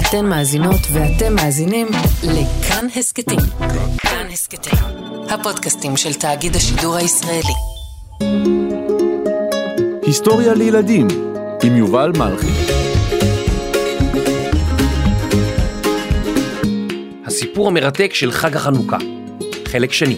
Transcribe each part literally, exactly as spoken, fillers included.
אתן מאזינות ואתם מאזינים לכאן הסקטים. כאן הסקטים, הפודקאסטים של תאגיד השידור הישראלי. היסטוריה לילדים עם יובל מלכי. הסיפור המרתק של חג החנוכה, חלק שני.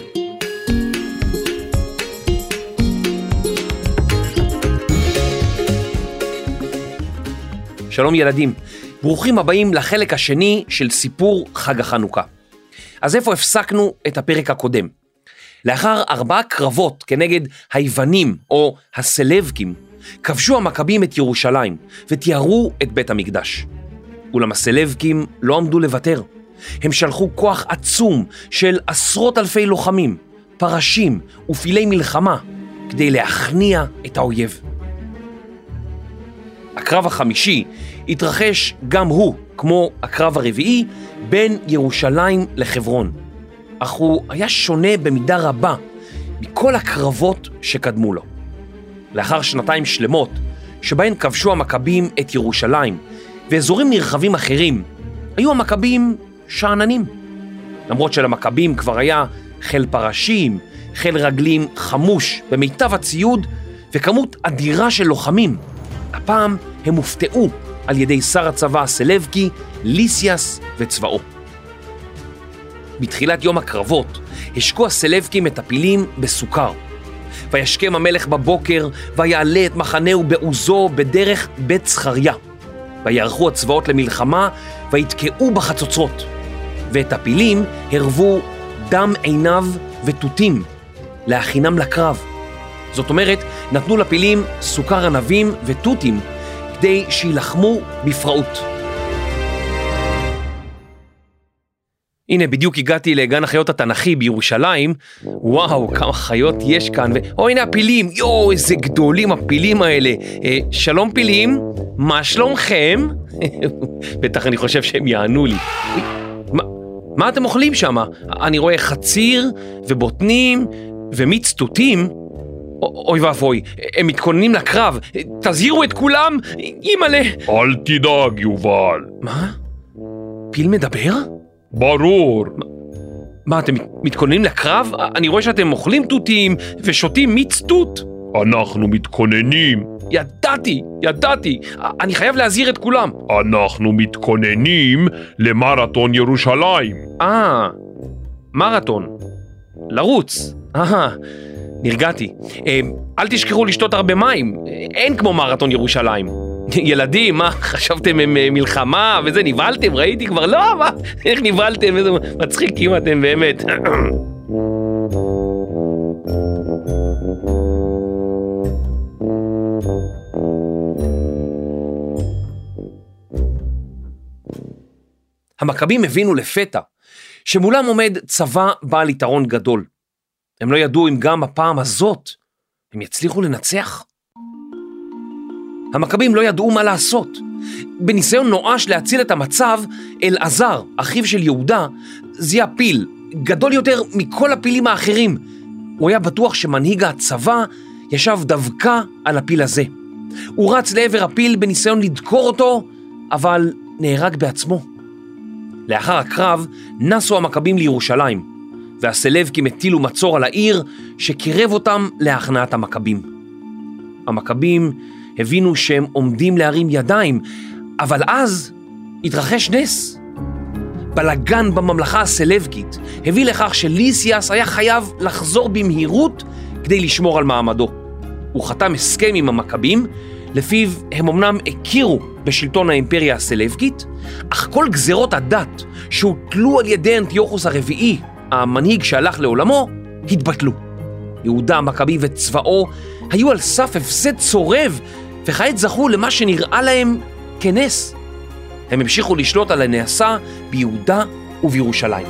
שלום ילדים, ברוכים הבאים לחלק השני של סיפור חג החנוכה. אז איפה הפסקנו את הפרק הקודם? לאחר ארבעה קרבות כנגד היוונים או הסלבקים, כבשו המכבים את ירושלים ותיארו את בית המקדש. אולם הסלבקים לא עמדו לוותר. הם שלחו כוח עצום של עשרות אלפי לוחמים, פרשים ופילי מלחמה כדי להכניע את האויב. הקרב החמישי התרחש גם הוא, כמו הקרב הרביעי, בין ירושלים לחברון. אך הוא היה שונה במידה רבה מכל הקרבות שקדמו לו. לאחר שנתיים שלמות, שבהן כבשו המכבים את ירושלים ואזורים נרחבים אחרים, היו המכבים שעננים. למרות שלמכבים כבר היה חיל פרשים, חיל רגלים חמוש במיטב הציוד וכמות אדירה של לוחמים, הפעם הם הופתעו על ידי שר הצבא הסלבקי, ליסיאס וצבאו. בתחילת יום הקרבות השקו הסלבקים מטפילים בסוכר. וישכם המלך בבוקר ויעלה את מחנהו בעוזו בדרך בית זכריה. ויערכו הצבאות למלחמה ויתקעו בחצוצרות. ואת הפילים הרבו דם עיניו ותותים להכינם לקרב. זאת אומרת, נתנו לפילים סוכר ענבים ותותים כדי שילחמו בפראות. הנה, בדיוק הגעתי לגן החיות התנ"כי בירושלים. וואו, כמה חיות יש כאן. ו... או, הנה הפילים. יואו, איזה גדולים הפילים האלה. אה, שלום פילים, מה שלומכם? בטח אני חושב שהם יענו לי. מה, מה אתם אוכלים שם? אני רואה חציר ובוטנים ומיץ תותים. אוי ואבוי, הם מתכוננים לקרב. תזהירו את כולם, אימא'לה. אל תדאג, יובל. מה? פיל מדבר? ברור. מה, מה אתם מתכוננים לקרב? אני רואה שאתם אוכלים תותים ושותים מיץ תות. אנחנו מתכוננים. ידעתי, ידעתי. אני חייב להזהיר את כולם. אנחנו מתכוננים למרתון ירושלים. אה, מרתון. לרוץ. אהה. נרגעתי. אל תשכחו לשתות הרבה מים. אין כמו מרתון ירושלים. ילדים, מה? חשבתם הם מלחמה וזה, נבלתם? ראיתי כבר, לא, מה? איך נבלתם? איזה מצחיקים אתם באמת. המכבים הבינו לפתע שמולם עומד צבא בעל יתרון גדול. הם לא ידעו אם גם הפעם הזאת הם יצליחו לנצח. המכבים לא ידעו מה לעשות. בניסיון נואש להציל את המצב, אלעזר, אחיו של יהודה, זיהה פיל, גדול יותר מכל הפילים האחרים. הוא היה בטוח שמנהיג הצבא ישב דווקא על הפיל הזה. הוא רץ לעבר הפיל בניסיון לדקור אותו, אבל נהרג בעצמו. לאחר הקרב נסו המכבים לירושלים, והסלבקים הטילו מצור על העיר שקירב אותם להכנעת המכבים. המכבים הבינו שהם עומדים להרים ידיים, אבל אז התרחש נס. בלגן בממלכה הסלבקית הביא לכך שליסיאס היה חייב לחזור במהירות כדי לשמור על מעמדו. הוא חתם הסכם עם המכבים, לפיו הם אמנם הכירו בשלטון האימפריה הסלבקית, אך כל גזרות הדת שהוטלו על ידי אנטיוכוס הרביעי, המנהיג שהלך לעולמו, התבטלו. יהודה המכבי וצבאו היו על סף הפסד צורב, וכעת זכו למה שנראה להם כנס. הם המשיכו לשלוט על הנעשה ביהודה ובירושלים.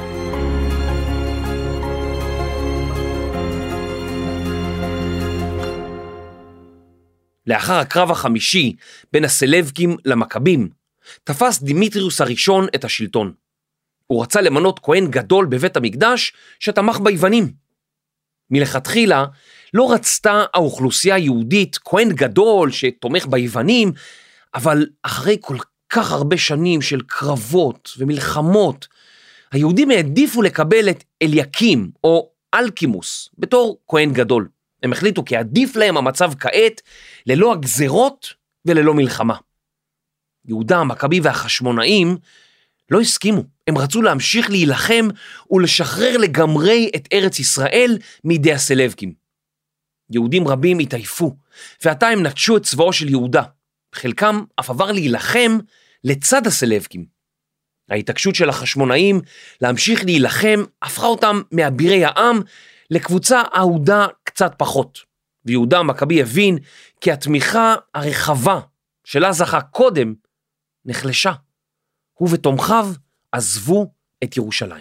לאחר הקרב החמישי בין הסלבקים למכבים, תפס דימיטריוס הראשון את השלטון. הוא רצה למנות כהן גדול בבית המקדש שתמך ביוונים. מלכתחילה לא רצתה האוכלוסייה היהודית כהן גדול שתומך ביוונים, אבל אחרי כל כך הרבה שנים של קרבות ומלחמות, היהודים העדיפו לקבל את אליקים או אלקימוס בתור כהן גדול. הם החליטו כי עדיף להם המצב כעת ללא הגזרות וללא מלחמה. יהודה המכבי והחשמונאים לא הסכימו. הם רצו להמשיך להילחם ולשחרר לגמרי את ארץ ישראל מידי הסלבקים. יהודים רבים התעייפו, ועתה הם נטשו את צבאו של יהודה. חלקם אף עבר להילחם לצד הסלבקים. ההתעקשות של החשמונאים להמשיך להילחם הפכה אותם מאבירי העם לקבוצה אהודה קצת פחות. ויהודה המכבי הבין כי התמיכה הרחבה שלה זכה קודם נחלשה. הוא ותומכיו עזבו את ירושלים.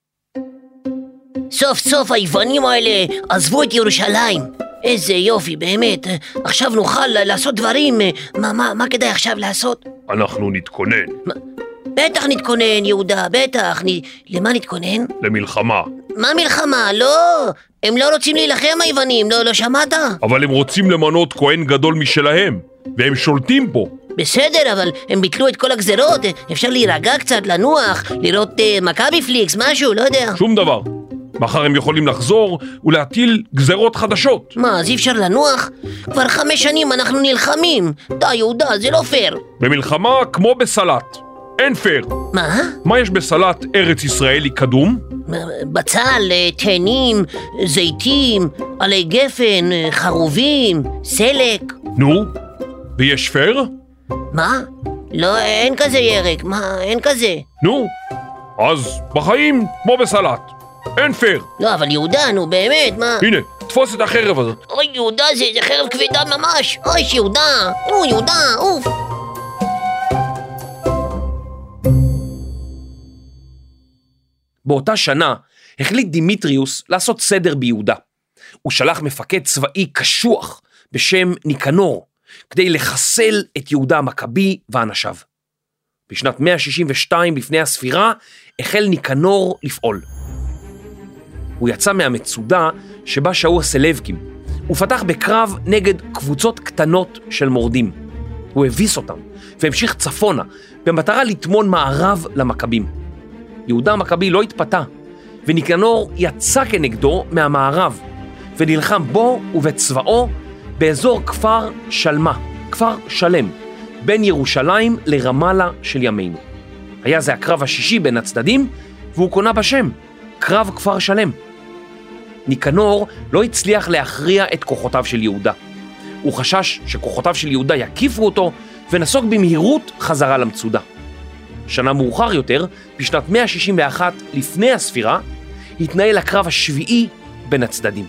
סוף סוף היוונים האלה עזבו את ירושלים. איזה יופי, באמת. עכשיו נוכל לעשות דברים. מה, מה, מה כדאי עכשיו לעשות? אנחנו נתכונן. מה? בטח נתכונן, יהודה, בטח. נ... למה נתכונן? למלחמה. מה מלחמה? לא. הם לא רוצים להילחם היוונים, לא, לא שמעת? אבל הם רוצים למנות כהן גדול משלהם, והם שולטים פה. בסדר, אבל הם ביטלו את כל הגזרות. אפשר להירגע קצת, לנוח, לראות uh, מכבי פליקס, משהו, לא יודע. שום דבר. מחר הם יכולים לחזור ולהטיל גזרות חדשות. מה, אז אי אפשר לנוח? כבר חמש שנים אנחנו נלחמים. די, יהודה, זה לא פייר. במלחמה כמו בסלט. אין פייר. מה? מה יש בסלט ארץ ישראלי קדום? בצל, תאנים, זיתים, עלי גפן, חרובים, סלק. נו, ויש פייר? מה? לא, אין כזה ירק. מה, אין כזה. נו, אז בחיים כמו בסלט. אין פייר. לא, אבל יהודה, נו באמת, מה? הנה, תפוס את החרב הזאת. אוי, יהודה, זה, זה חרב כבדה ממש. אוי, שיהודה. נו, יהודה, אוף. באותה שנה החליט דימיטריוס לעשות סדר ביהודה. הוא שלח מפקד צבאי קשוח בשם ניקנור, כדי לחסל את יהודה המכבי ואנשיו. בשנת מאה שישים ושתיים לפני הספירה החל ניקנור לפעול. הוא יצא מהמצודה שבה שהו הסלבקים. הוא פתח בקרב נגד קבוצות קטנות של מורדים. הוא הביס אותם והמשיך צפונה במטרה לטמון מערב למכבים. יהודה המכבי לא התפתה, וניקנור יצא כנגדו מהמערב, ונלחם בו ובצבאו באזור כפר שלמה, כפר שלם, בין ירושלים לרמאללה של ימינו. היה זה הקרב השישי בין הצדדים, והוא קונה בשם, קרב כפר שלם. ניקנור לא הצליח להכריע את כוחותיו של יהודה. הוא חשש שכוחותיו של יהודה יקיפו אותו, ונסוג במהירות חזרה למצודה. שנה מאוחר יותר, בשנת מאה שישים ואחת לפני הספירה, התנהל הקרב השביעי בין הצדדים.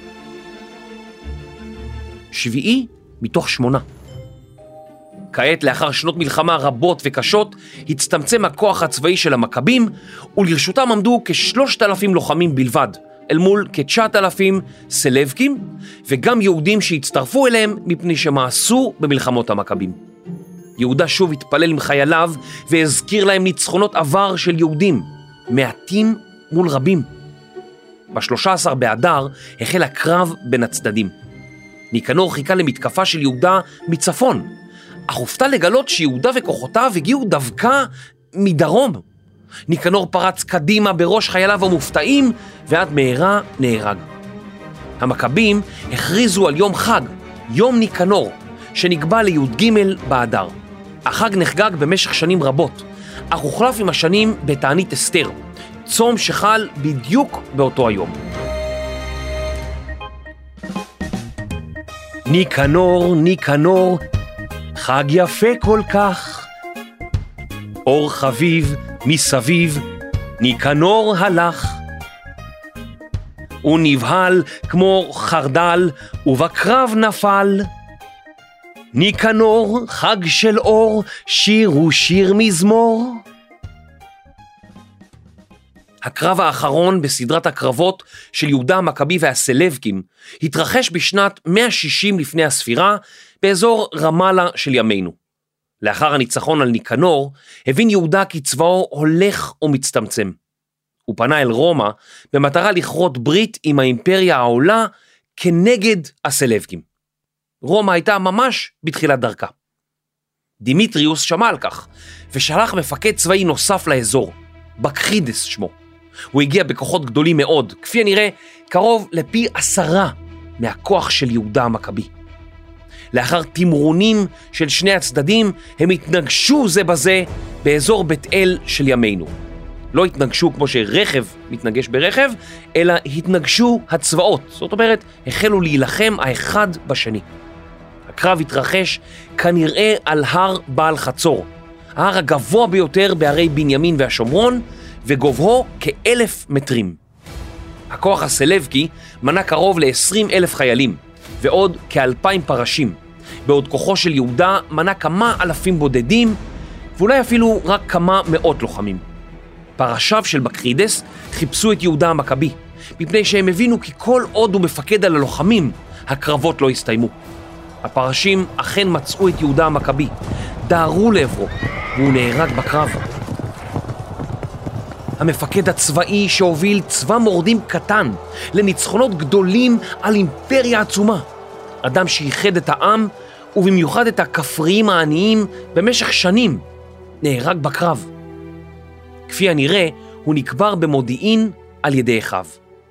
שביעי מתוך שמונה. כעת, לאחר שנות מלחמה רבות וקשות, הצטמצם הכוח הצבאי של המכבים, ולרשותם עמדו כשלושת אלפים לוחמים בלבד, אל מול כתשעת אלפים סלבקים, וגם יהודים שהצטרפו אליהם מפני שמעשו במלחמות המכבים. יהודה שוב התפלל עם חייליו והזכיר להם ניצחונות עבר של יהודים, מעטים מול רבים. ב-שלושה עשר באדר החל הקרב בין הצדדים. ניקנור חיכה למתקפה של יהודה מצפון, אך הופתע לגלות שיהודה וכוחותיו הגיעו דווקא מדרום. ניקנור פרץ קדימה בראש חייליו המופתעים, ועד מהרה נהרג. המכבים הכריזו על יום חג, יום ניקנור, שנקבע לי"ג באדר. החג נחגג במשך שנים רבות, אך הוחלף עם השנים בתענית אסתר, צום שחל בדיוק באותו היום. ניקנור, ניקנור, חג יפה כל כך, אור חביב מסביב, ניקנור הלך. הוא נבהל כמו חרדל, ובקרב נפל. ניקנור, חג של אור, שיר ושיר מזמור. הקרב האחרון בסדרת הקרבות של יהודה המכבי והסלבקים התרחש בשנת מאה שישים לפני הספירה באזור רמאללה של ימינו. לאחר הניצחון על ניקנור, הבין יהודה כי צבאו הולך ומצטמצם. הוא פנה אל רומא במטרה לכרות ברית עם האימפריה העולה כנגד הסלבקים. רומא הייתה ממש בתחילת דרכה. דימיטריוס שמע על כך, ושלח מפקד צבאי נוסף לאזור, בקחידס שמו. הוא הגיע בכוחות גדולים מאוד, כפי הנראה קרוב לפי עשרה מהכוח של יהודה המכבי. לאחר תמרונים של שני הצדדים, הם התנגשו זה בזה באזור בית אל של ימינו. לא התנגשו כמו שרכב מתנגש ברכב, אלא התנגשו הצבאות. זאת אומרת, החלו להילחם האחד בשני. הקרב התרחש כנראה על הר בעל חצור, ההר הגבוה ביותר בערי בנימין והשומרון, וגובהו כאלף מטרים. הכוח הסלבקי מנה קרוב ל-עשרים אלף חיילים, ועוד כאלפיים פרשים, בעוד כוחו של יהודה מנה כמה אלפים בודדים, ואולי אפילו רק כמה מאות לוחמים. פרשיו של בקחידס חיפשו את יהודה המכבי, מפני שהם הבינו כי כל עוד הוא מפקד על הלוחמים, הקרבות לא הסתיימו. הפרשים אכן מצאו את יהודה המכבי, דהרו לעברו, והוא נהרג בקרב. המפקד הצבאי שהוביל צבא מורדים קטן לניצחונות גדולים על אימפריה עצומה, אדם שייחד את העם ובמיוחד את הכפריים העניים במשך שנים, נהרג בקרב. כפי הנראה, הוא נקבר במודיעין על ידי אחיו.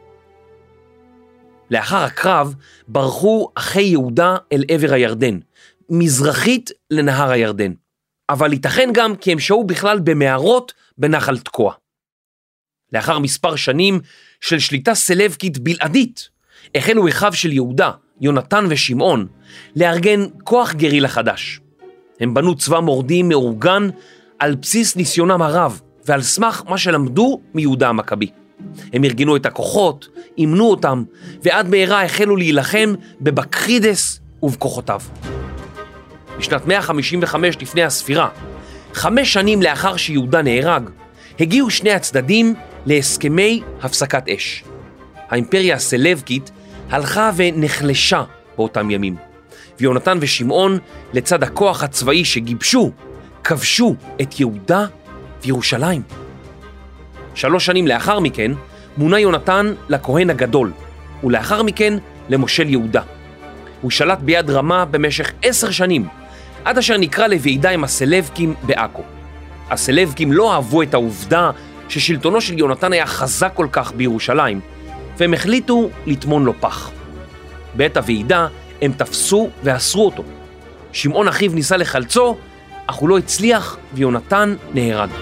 לאחר הקרב ברחו אחי יהודה אל עבר הירדן, מזרחית לנהר הירדן, אבל ייתכן גם כי הם שהו בכלל במערות בנחל תקוע. לאחר מספר שנים של שליטה סלבקית בלעדית, החלו אחיו של יהודה, יונתן ושמעון, לארגן כוח גרילה חדש. הם בנו צבא מורדים מאורגן על בסיס ניסיונם הרב, ועל סמך מה שלמדו מיהודה המכבי. הם ארגנו את הכוחות, אימנו אותם, ועד מהרה החלו להילחם בבקחידס ובכוחותיו. בשנת מאה חמישים וחמש לפני הספירה, חמש שנים לאחר שיהודה נהרג, הגיעו שני הצדדים להסכמי הפסקת אש. האימפריה הסלבקית הלכה ונחלשה באותם ימים, ויונתן ושמעון, לצד הכוח הצבאי שגיבשו, כבשו את יהודה וירושלים. שלוש שנים לאחר מכן מונה יונתן לכהן הגדול, ולאחר מכן למושל יהודה. הוא שלט ביד רמה במשך עשר שנים, עד אשר נקרא לוועידה עם הסלבקים בעכו. הסלבקים לא אהבו את העובדה ששלטונו של יונתן היה חזק כל כך בירושלים, והם החליטו לטמון לו פח. בעת הוועידה הם תפסו ואסרו אותו. שמעון אחיו ניסה לחלצו, אך הוא לא הצליח ויונתן נהרג.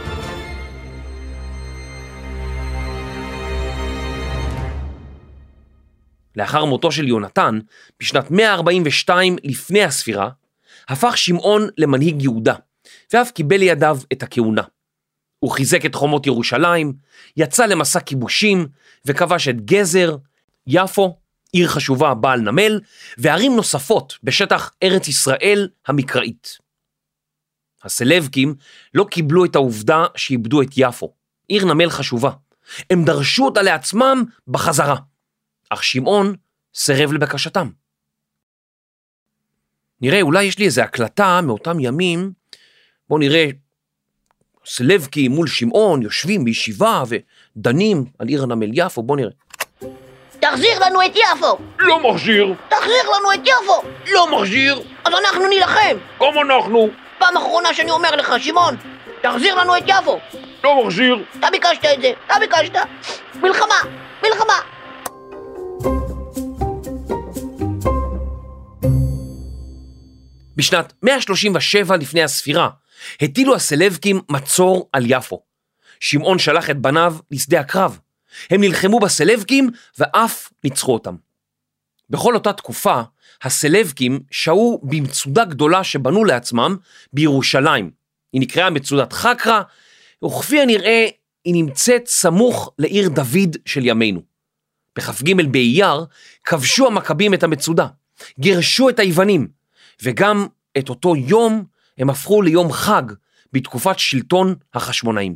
לאחר מותו של יונתן, בשנת מאה ארבעים ושתיים לפני הספירה, הפך שמעון למנהיג יהודה, ואף קיבל לידיו את הכהונה. הוא חיזק את חומות ירושלים, יצא למסע כיבושים, וכבש את גזר, יפו, עיר חשובה בעל נמל, וערים נוספות בשטח ארץ ישראל המקראית. הסלבקים לא קיבלו את העובדה שאיבדו את יפו, עיר נמל חשובה. הם דרשו אותה לעצמם בחזרה, אך שמעון סירב לבקשתם. נראה, אולי יש לי איזו הקלטה מאותם ימים, בואו נראה, סלבקי מול שמעון יושבים בישיבה ודנים על עיר הנמל יפו, בואו נראה. תחזיר לנו את יפו! לא מחזיר! תחזיר לנו את יפו! לא מחזיר! אז אנחנו נילחם! גם אנחנו! פעם אחרונה שאני אומר לך, שמעון, תחזיר לנו את יפו! לא מחזיר! אתה ביקשת את זה, אתה ביקשת! מלחמה! מלחמה! בשנת מאה שלושים ושבע לפני הספירה, הטילו הסלבקים מצור על יפו. שמעון שלח את בניו לשדה הקרב. הם נלחמו בסלבקים ואף ניצחו אותם. בכל אותה תקופה, הסלבקים שהו במצודה גדולה שבנו לעצמם בירושלים. היא נקראה מצודת חקרא, וכפי הנראה היא נמצאת סמוך לעיר דוד של ימינו. בכ"ג באייר כבשו המכבים את המצודה, גירשו את היוונים, וגם את אותו יום הם הפכו ליום חג בתקופת שלטון החשמונאים.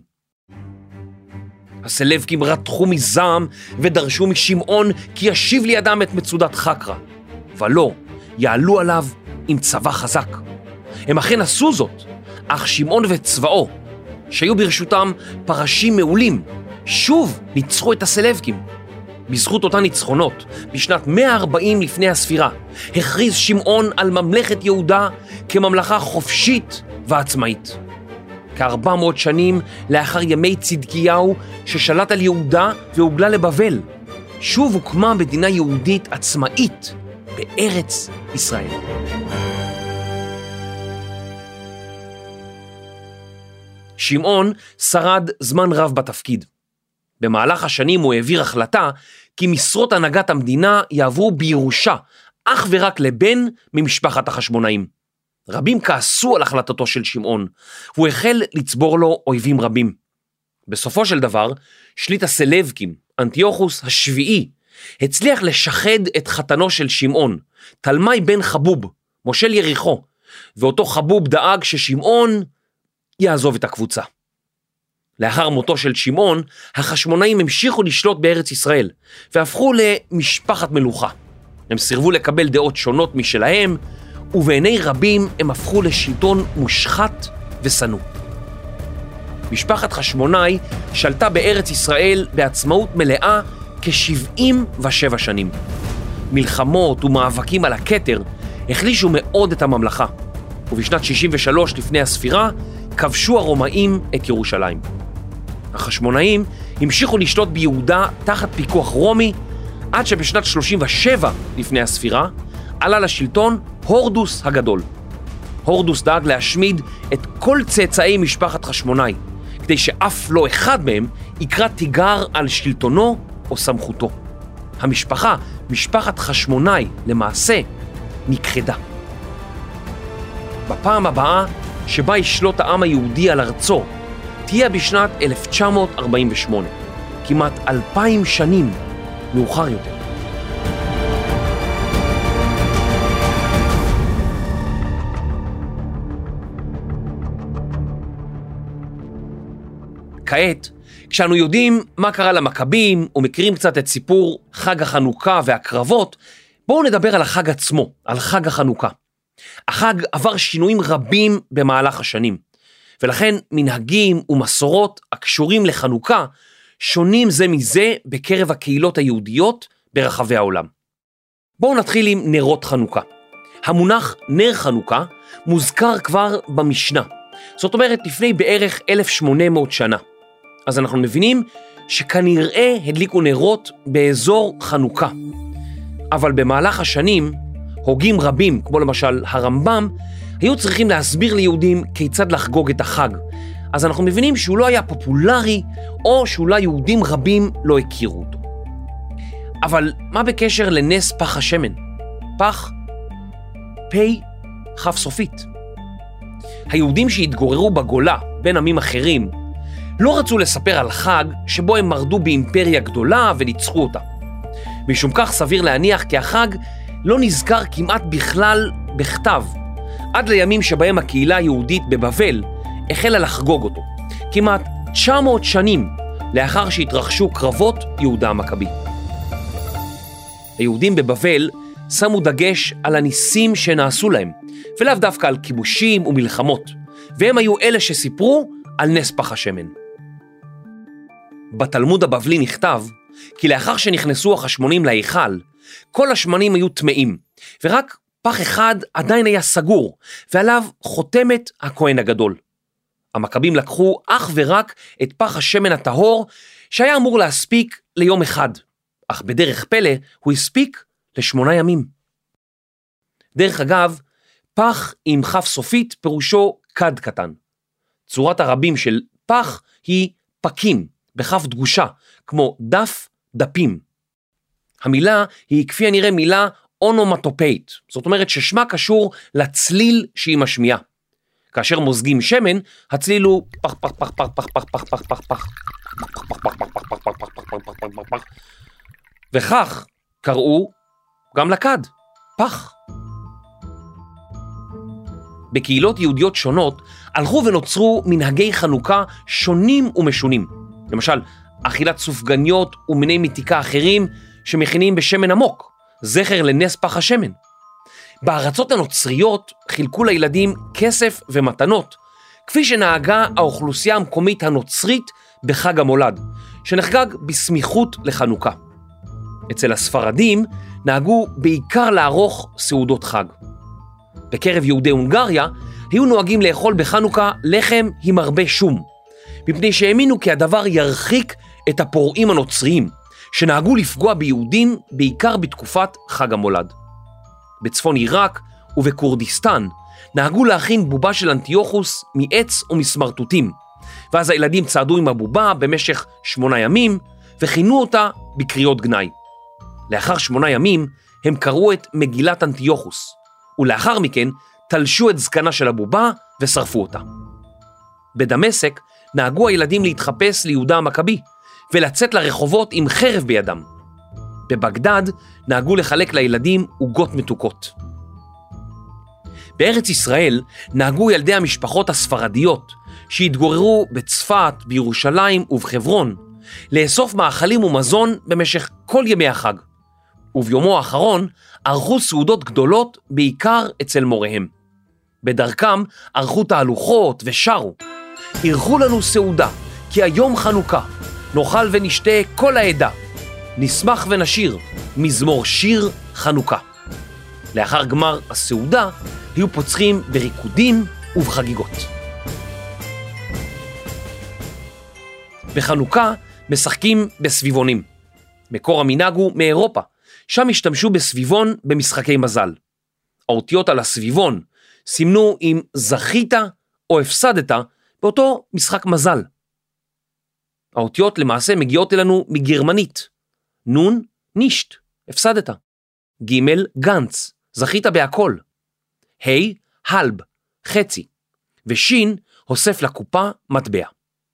הסלבקים רתחו מזעם ודרשו משמעון כי ישיב לידם את מצודת חקרא, ולא, יעלו עליו עם צבא חזק. הם אכן עשו זאת, אך שמעון וצבאו, שהיו ברשותם פרשים מעולים, שוב ניצחו את הסלבקים. בזכות אותן ניצחונות, בשנת מאה וארבעים לפני הספירה, הכריז שמעון על ממלכת יהודה כממלכה חופשית ועצמאית. כארבע מאות שנים לאחר ימי צדקיהו ששלט על יהודה והוגלה לבבל, שוב הוקמה מדינה יהודית עצמאית בארץ ישראל. שמעון שרד זמן רב בתפקיד. במהלך השנים הוא העביר החלטה כי משרות הנהגת המדינה יעברו בירושה אך ורק לבן ממשפחת החשמונאים. רבים כעסו על החלטתו של שמעון, והוא החל לצבור לו אויבים רבים. בסופו של דבר, שליט הסלבקים, אנטיוכוס השביעי, הצליח לשחד את חתנו של שמעון, תלמי בן חבוב, מושל יריחו, ואותו חבוב דאג ששמעון יעזוב את הקבוצה. לאחר מותו של שמעון, החשמונאים המשיכו לשלוט בארץ ישראל, והפכו למשפחת מלוכה. הם סירבו לקבל דעות שונות משלהם, ובעיני רבים הם הפכו לשלטון מושחת וסנוע. משפחת חשמונאי שלטה בארץ ישראל בעצמאות מלאה כ-שבעים ושבע שנים. מלחמות ומאבקים על הכתר החלישו מאוד את הממלכה, ובשנת שישים ושלוש לפני הספירה כבשו הרומאים את ירושלים. החשמונאים המשיכו לשלוט ביהודה תחת פיקוח רומי, עד שבשנת שלושים ושבע לפני הספירה עלה לשלטון הורדוס הגדול. הורדוס דאג להשמיד את כל צאצאי משפחת חשמונאי, כדי שאף לא אחד מהם יקרא תיגר על שלטונו או סמכותו. המשפחה, משפחת חשמונאי, למעשה נכחדה. בפעם הבאה שבה ישלוט העם היהודי על ארצו, תהיה בשנת אלף תשע מאות ארבעים ושמונה, כמעט אלפיים שנים מאוחר יותר. כעת, כשאנו יודעים מה קרה למכבים ומכירים קצת את סיפור חג החנוכה והקרבות, בואו נדבר על החג עצמו, על חג החנוכה. החג עבר שינויים רבים במהלך השנים, ולכן מנהגים ומסורות הקשורים לחנוכה שונים זה מזה בקרב הקהילות היהודיות ברחבי העולם. בואו נתחיל עם נרות חנוכה. המונח נר חנוכה מוזכר כבר במשנה, זאת אומרת לפני בערך אלף ושמונה מאות שנה. אז אנחנו מבינים שכנראה הדליקו נרות באזור חנוכה. אבל במהלך השנים, הוגים רבים, כמו למשל הרמב"ם, היו צריכים להסביר ליהודים כיצד לחגוג את החג. אז אנחנו מבינים שהוא לא היה פופולרי, או שאולי יהודים רבים לא הכירו אותו. אבל מה בקשר לנס פח השמן? פח, פי, חף סופית. היהודים שהתגוררו בגולה בין עמים אחרים, לא רצו לספר על חג שבו הם מרדו באימפריה גדולה וניצחו אותה. משום כך סביר להניח כי החג לא נזכר כמעט בכלל בכתב, עד לימים שבהם הקהילה היהודית בבבל החלה לחגוג אותו, כמעט תשע מאות שנים לאחר שהתרחשו קרבות יהודה המכבי. היהודים בבבל שמו דגש על הניסים שנעשו להם, ולאו דווקא על כיבושים ומלחמות, והם היו אלה שסיפרו על נס פח השמן. בתלמוד הבבלי נכתב כי לאחר שנכנסו החשמונים להיכל, כל השמנים היו טמאים, ורק פח אחד עדיין היה סגור, ועליו חותמת הכהן הגדול. המכבים לקחו אך ורק את פח השמן הטהור, שהיה אמור להספיק ליום אחד, אך בדרך פלא הוא הספיק לשמונה ימים. דרך אגב, פח עם חף סופית פירושו כד קטן. צורת הרבים של פח היא פקים, בכף דגושה, כמו דף, דפים. המילה היא כפי הנראה מילה אונומטופאית, זאת אומרת ששמה קשור לצליל שהיא משמיעה. כאשר מוזגים שמן, הצליל הוא פח פח פח פח פח פח פח פח פח פח פח, וכך קראו גם לכד, פח. בקהילות יהודיות שונות הלכו ונוצרו מנהגי חנוכה שונים ומשונים. למשל, אכילת סופגניות ומיני מתיקה אחרים שמכינים בשמן עמוק, זכר לנס פח השמן. בארצות הנוצריות חילקו לילדים כסף ומתנות, כפי שנהגה האוכלוסייה המקומית הנוצרית בחג המולד, שנחגג בסמיכות לחנוכה. אצל הספרדים נהגו בעיקר לערוך סעודות חג. בקרב יהודי הונגריה היו נוהגים לאכול בחנוכה לחם עם הרבה שום, מפני שהאמינו כי הדבר ירחיק את הפורעים הנוצריים, שנהגו לפגוע ביהודים בעיקר בתקופת חג המולד. בצפון עיראק ובקורדיסטן נהגו להכין בובה של אנטיוכוס מעץ ומסמרטוטים, ואז הילדים צעדו עם הבובה במשך שמונה ימים וכינו אותה בקריאות גנאי. לאחר שמונה ימים הם קראו את מגילת אנטיוכוס, ולאחר מכן תלשו את זקנה של הבובה ושרפו אותה. בדמשק נהגו הילדים להתחפש ליהודה המכבי ולצאת לרחובות עם חרב בידם. בבגדד נהגו לחלק לילדים עוגות מתוקות. בארץ ישראל נהגו ילדי המשפחות הספרדיות שהתגוררו בצפת, בירושלים ובחברון לאסוף מאכלים ומזון במשך כל ימי החג, וביומו האחרון ערכו סעודות גדולות בעיקר אצל מוריהם. בדרכם ערכו תהלוכות ושרו, ערכו לנו סעודה כי היום חנוכה, נאכל ונשתה כל העדה, נשמח ונשיר מזמור שיר חנוכה. לאחר גמר הסעודה היו פוצחים בריקודים ובחגיגות. בחנוכה משחקים בסביבונים. מקור המנהג הוא מאירופה, שם השתמשו בסביבון במשחקי מזל. האותיות על הסביבון סימנו אם זכית או הפסדת באותו משחק מזל. האותיות למעשה מגיעות אלינו מגרמנית. נון, נישט, הפסדת. ג' גנץ, זכית בהכל. ה' הלב, חצי. ושין הוסף לקופה מטבע.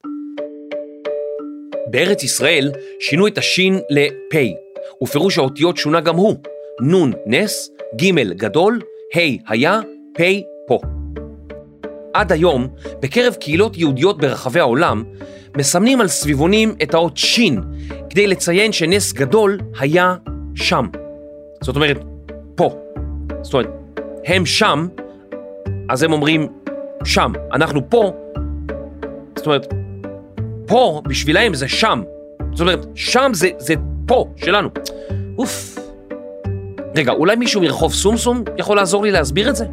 בארץ ישראל שינו את השין לפי, ופירוש האותיות שונה גם הוא. נון נס, ג' גדול, ה' היה, פי פה. עד היום, בקרב קהילות יהודיות ברחבי העולם, מסמנים על סביבונים את האות שין, כדי לציין שנס גדול היה שם. זאת אומרת, פה. זאת אומרת, הם שם, אז הם אומרים שם, אנחנו פה. זאת אומרת, פה בשבילהם זה שם. זאת אומרת, שם זה, זה פה שלנו. אוף. רגע, אולי מישהו מרחוב סומסום יכול לעזור לי להסביר את זה?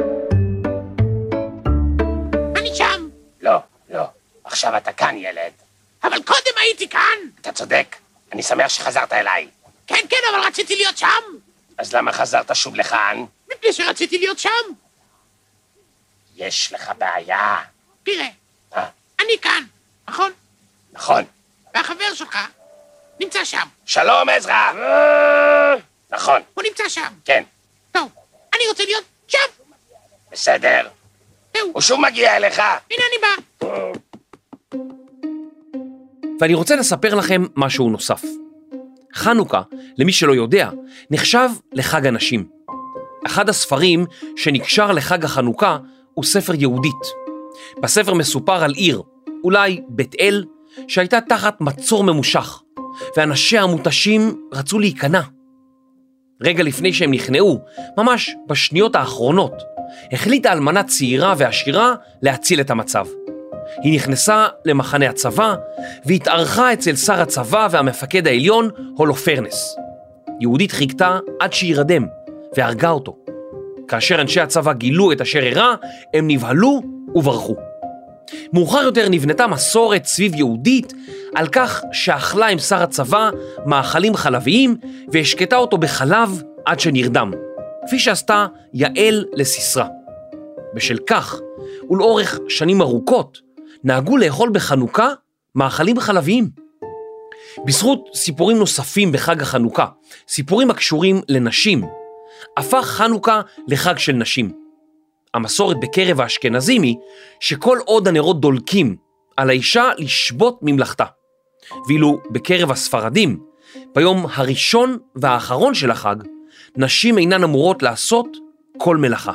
אני שם. לא, לא. עכשיו אתה כאן, ילד. אבל קודם הייתי כאן. אתה צודק. אני שמח שחזרת אליי. כן, כן, אבל רציתי להיות שם. אז למה חזרת שוב לכאן? מפני שרציתי להיות שם. יש לך בעיה. תראה, אה? אני כאן, נכון? נכון. והחבר שלך נמצא שם. שלום, עזרא. נכון. הוא נמצא שם. כן. טוב, אני רוצה להיות שם. בסדר. זהו. הוא שוב מגיע אליך. הנה אני בא. ואני רוצה לספר לכם משהו נוסף. חנוכה, למי שלא יודע, נחשב לחג הנשים. אחד הספרים שנקשר לחג החנוכה הוא ספר יהודית. בספר מסופר על עיר, אולי בית אל, שהייתה תחת מצור ממושך, ואנשיה המותשים רצו להיכנע. רגע לפני שהם נכנעו, ממש בשניות האחרונות, החליטה אלמנה צעירה ועשירה להציל את המצב. היא נכנסה למחנה הצבא, והתארחה אצל שר הצבא והמפקד העליון הולופרנס. יהודית חיכתה עד שירדם, והרגה אותו. כאשר אנשי הצבא גילו את אשר אירע, הם נבהלו וברחו. מאוחר יותר נבנתה מסורת סביב יהודית על כך שאכלה עם שר הצבא מאכלים חלביים והשקטה אותו בחלב עד שנרדם, כפי שעשתה יעל לסיסרה. בשל כך, ולאורך שנים ארוכות, נהגו לאכול בחנוכה מאכלים חלביים. בזכות סיפורים נוספים בחג החנוכה, סיפורים הקשורים לנשים, הפך חנוכה לחג של נשים. המסורת בקרב האשכנזים היא שכל עוד הנרות דולקים, על האישה לשבות ממלכתה. ואילו בקרב הספרדים, ביום הראשון והאחרון של החג, נשים אינן אמורות לעשות כל מלאכה.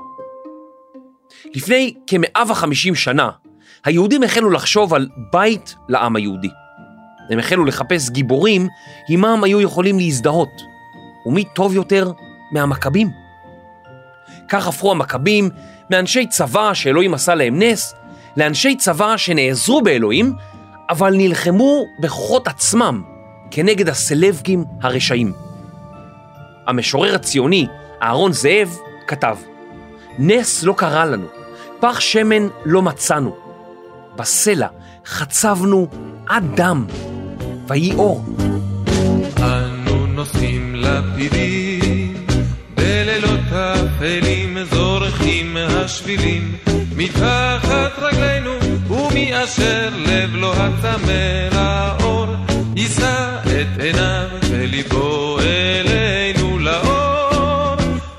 לפני כ-מאה וחמישים שנה, היהודים החלו לחשוב על בית לעם היהודי. הם החלו לחפש גיבורים עמם היו יכולים להזדהות, ומי טוב יותר מהמכבים? כך הפכו המכבים מאנשי צבא שאלוהים עשה להם נס, לאנשי צבא שנעזרו באלוהים, אבל נלחמו בכוחות עצמם כנגד הסלבקים הרשעים. המשורר הציוני, אהרון זאב, כתב, נס לא קרה לנו, פח שמן לא מצאנו, בסלע חצבנו עד דם, ויהי אור. אנו נושאים לפידים, בלילות אפלים זורחים השבילים, מתחת רגלינו ומאשר לב לא הצמא לאור, יישא את עיניו וליבו אלינו לאור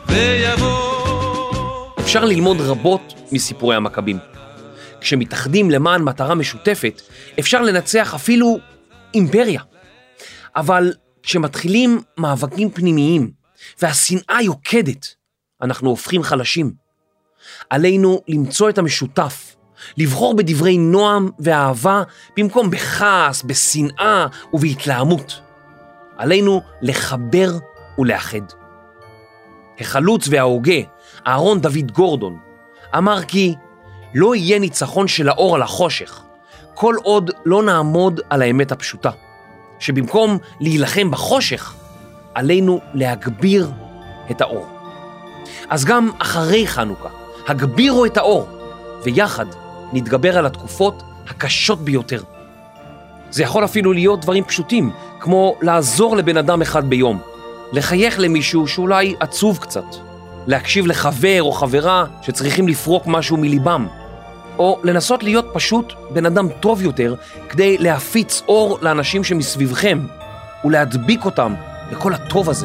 ויבוא. אפשר ללמוד רבות מסיפורי המכבים. כשמתאחדים למען מטרה משותפת, אפשר לנצח אפילו אימפריה. אבל כשמתחילים מאבקים פנימיים והשנאה יוקדת, אנחנו הופכים חלשים. עלינו למצוא את המשותף, לבחור בדברי נועם ואהבה במקום בכעס, בשנאה ובהתלהמות. עלינו לחבר ולאחד. החלוץ וההוגה, אהרון דוד גורדון, אמר כי לא יהיה ניצחון של האור על החושך, כל עוד לא נעמוד על האמת הפשוטה, שבמקום להילחם בחושך, עלינו להגביר את האור. אז גם אחרי חנוכה, הגבירו את האור, ויחד נתגבר על התקופות הקשות ביותר. זה יכול אפילו להיות דברים פשוטים, כמו לעזור לבן אדם אחד ביום, לחייך למישהו שאולי עצוב קצת, להקשיב לחבר או חברה שצריכים לפרוק משהו מליבם, או לנסות להיות פשוט בן אדם טוב יותר כדי להפיץ אור לאנשים שמסביבכם ולהדביק אותם לכל הטוב הזה.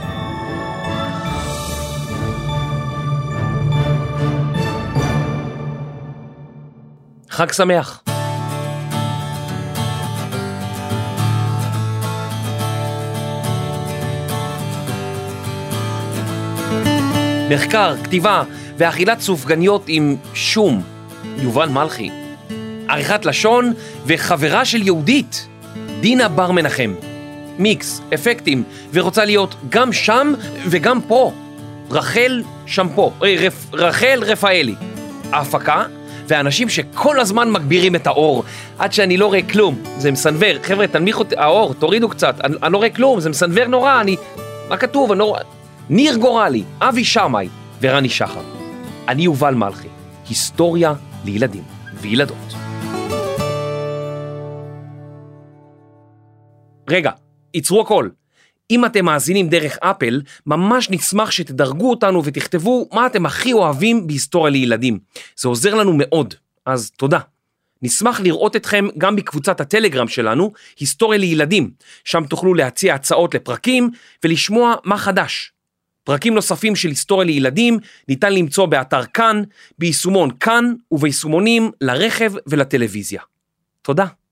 חג שמח. מחקר, כתיבה ואכילת סופגניות עם שום, יובל מלכי. עריכת לשון וחברה של יהודית, דינה בר מנחם. מיקס, אפקטים, ורוצה להיות גם שם וגם פה. רחל שמפו, רפ, רחל רפאלי. ההפקה ואנשים שכל הזמן מגבירים את האור, עד שאני לא רואה כלום, זה מסנבר. חבר'ה, תנמיכו את האור, תורידו קצת, אני, אני לא רואה כלום, זה מסנבר נורא, אני... מה כתוב? אני לא רואה... ניר גורלי, אבי שמאי ורני שחר. אני יובל מלכי, היסטוריה לילדים וילדות. רגע, יצרו הכל. אם אתם מאזינים דרך אפל, ממש נשמח שתדרגו אותנו ותכתבו מה אתם הכי אוהבים בהיסטוריה לילדים. זה עוזר לנו מאוד, אז תודה. נשמח לראות אתכם גם בקבוצת הטלגרם שלנו, היסטוריה לילדים. שם תוכלו להציע הצעות לפרקים ולשמוע מה חדש. פרקים נוספים של היסטוריה לילדים ניתן למצוא באתר כאן, ביישומון כאן וביישומונים לרכב ולטלוויזיה. תודה.